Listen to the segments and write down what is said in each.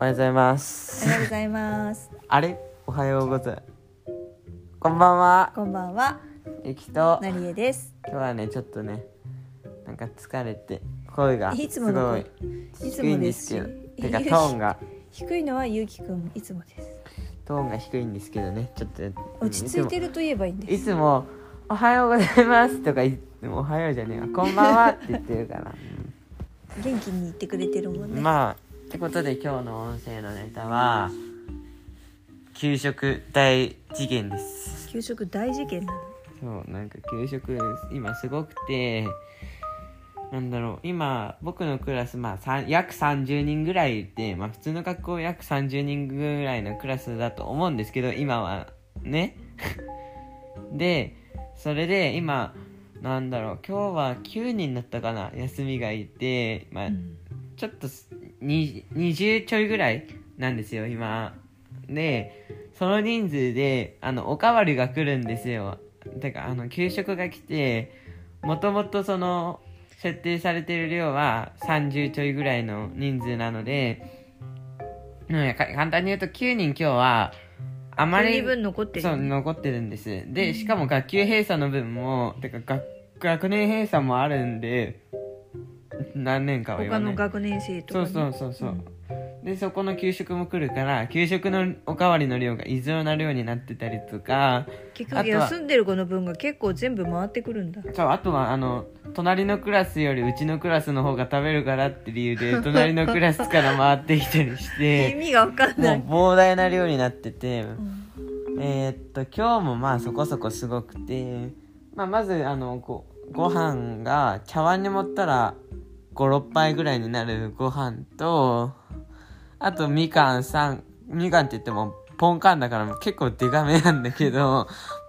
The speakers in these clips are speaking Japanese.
おはようございます。 おはようございます。 あれ、おはようございます。こんばんは。 こんばんは。 ゆきとなりえです。 今日はねちょっとねなんか疲れて声がすごい低いんですけど、てかトーンが低いのはゆうきくんいつもです。 トーンが低いんですけどね、ちょっと落ち着いてると言えばいいんです。 いつもおはようございますとか言ってもおはようじゃねえわ、こんばんはって言ってるから、 元気に言ってくれてるもんね。 まあってことで今日の音声のネタは給食大事件です。 給食大事件なの。 そう、なんか給食今すごくて、なんだろう、今僕のクラス約30人ぐらいで、普通の学校約30人ぐらいのクラスだと思うんですけど、今はねでそれで今なんだろう、今日は9人だったかな、休みがいて、ちょっと20ちょいぐらいなんですよ今で。その人数でおかわりが来るんですよ。てか給食が来て、もともとその設定されてる量は30ちょいぐらいの人数なので、簡単に言うと9人今日はあまり分残ってる、 そう残ってるんです。でしかも学級閉鎖の分もてか学年閉鎖もあるんで、何年かは言わない、 他の学年生とか、ね、 そう、でそこの給食も来るから、給食のおかわりの量が異常な量になってたりとか、 結局休んでる子の分が結構全部回ってくるんだ。 そう、あとは隣のクラスよりうちのクラスの方が食べるからって理由で隣のクラスから回ってきたりして意味が分かんない。 もう膨大な量になってて、今日もそこそこすごくて、まずご飯が茶碗に盛ったら 5,6 杯ぐらいになるご飯と、あとみかんって言ってもポンカンだから結構デカめなんだけど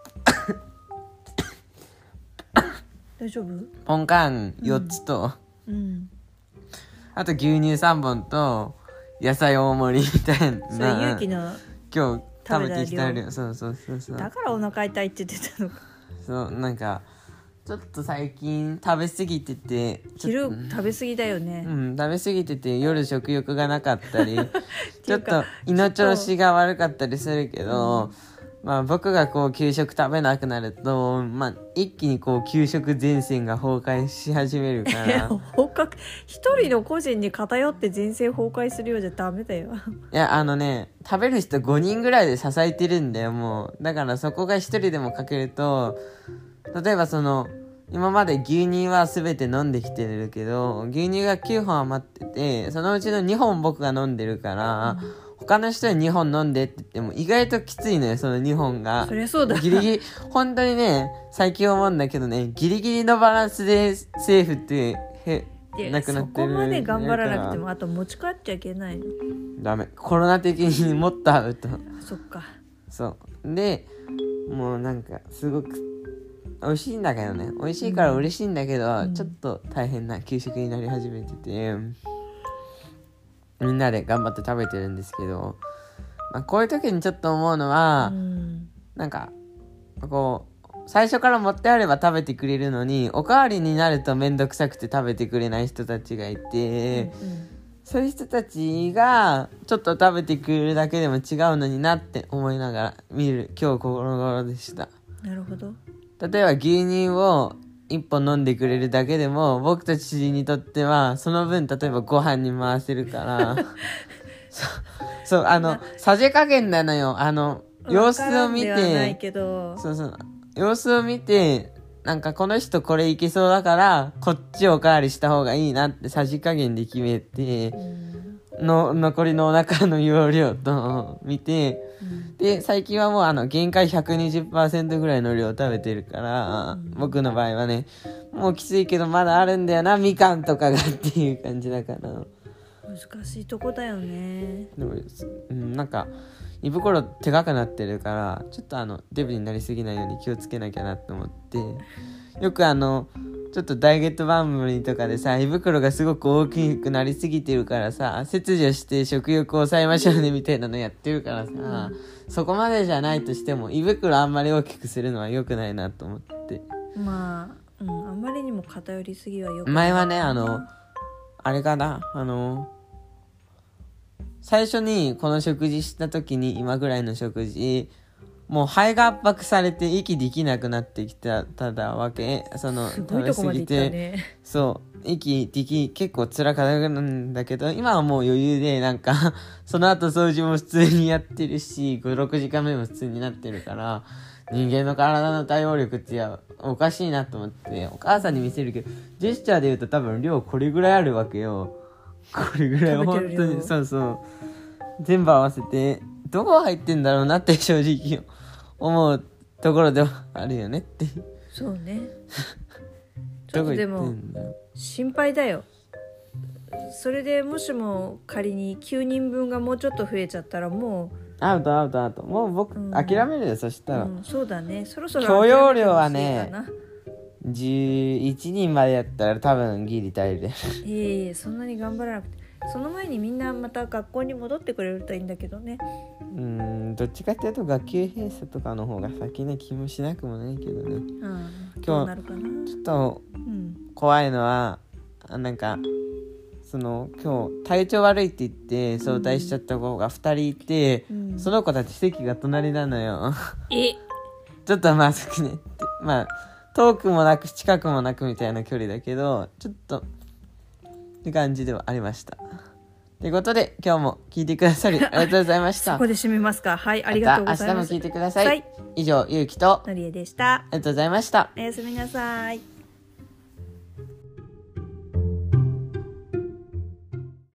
大丈夫？ ポンカン4つと、あと牛乳3本と野菜大盛りみたいな。 それ勇気の今日食べてきた量。そうだからお腹痛いって言ってたのか。 そう、なんかちょっと最近食べ過ぎてて、 昼食べ過ぎだよね。 食べ過ぎてて夜食欲がなかったりちょっと胃の調子が悪かったりするけど、僕が給食食べなくなると、一気に給食前線が崩壊し始めるから一人の個人に偏って前線崩壊するようじゃダメだよ。 いや食べる人5人ぐらいで支えてるんだよ。もうだからそこが一人でも欠けると、例えば今まで牛乳は全て飲んできてるけど、牛乳が9本余ってて、そのうちの2本僕が飲んでるから、他の人に2本飲んでって言っても意外ときついのよ、その2本が。 そりゃそうだ。 ギリギリ本当にね、最近思うんだけどね、ギリギリのバランスでセーフってなくなってる。 そこまで頑張らなくても、あと持ち帰っちゃいけないの。 ダメ、コロナ的にもっとアウト。 そっか。 そうで、もうなんかすごく美味しいんだけどね、美味しいから嬉しいんだけど、ちょっと大変な給食になり始めてて、みんなで頑張って食べてるんですけど、こういう時にちょっと思うのは、なんか最初から持ってあれば食べてくれるのに、おかわりになるとめんどくさくて食べてくれない人たちがいて、そういう人たちがちょっと食べてくれるだけでも違うのになって思いながら見る今日この頃でした。 なるほど。 例えば牛乳を1本飲んでくれるだけでも僕たちにとってはその分例えばご飯に回せるからそうさじ加減なのよ。様子を見て、様子を見て、なんかこの人これいけそうだからこっちおかわりした方がいいなってさじ加減で決めて、残りのお腹の容量と見て、で最近はもう限界 120% ぐらいの量食べてるから、僕の場合はね、もうきついけどまだあるんだよな、みかんとかがっていう感じだから。 難しいとこだよね。 でも、なんか胃袋でかくなってるから、ちょっとデブになりすぎないように気をつけなきゃなと思って、よくちょっとダイエット番組とかでさ、胃袋がすごく大きくなりすぎてるからさ、切除して食欲を抑えましょうねみたいなのやってるからさ、そこまでじゃないとしても胃袋あんまり大きくするのは良くないなと思って、 あんまりにも偏りすぎは良くない。 前はねあれかな、 最初にこの食事した時に今ぐらいの食事もう肺が圧迫されて息できなくなってきたわけ。そのすごいとこまで行ったね。 そう息でき結構辛かったんだけど、今はもう余裕でなんかその後掃除も普通にやってるし、5、6時間目も普通になってるから、人間の体の対応力っておかしいなと思ってお母さんに見せるけど、ジェスチャーで言うと多分量これぐらいあるわけよ。これぐらい本当にそう全部合わせてどこ入ってんだろうなって正直思うところではあるよねってそうねちょっとでも心配だよ。それでもしも仮に9人分がもうちょっと増えちゃったらもうアウトもう僕、諦めるよ。そしたら、 そうだね、そろそろ許容量はね11人までやったら多分ギリ足りる。 そんなに頑張らなくて、その前にみんなまた学校に戻ってくれるといいんだけどね。 どっちかっていうと学級閉鎖とかの方が先な気もしなくもないけどね。 今日なるかな。 ちょっと怖いのは、なんかその今日体調悪いって言って早退しちゃった子が2人いて、その子たち席が隣なのよ。ちょっとまずくねって、まあ遠くもなく近くもなくみたいな距離だけど、ちょっとって感じではありました。ということで今日も聞いてくださりありがとうございましたそこで締めますか。はい、ありがとうございます。 また明日も聞いてください。以上、ゆうきとのりえでした。 ありがとうございました。 おやすみなさい。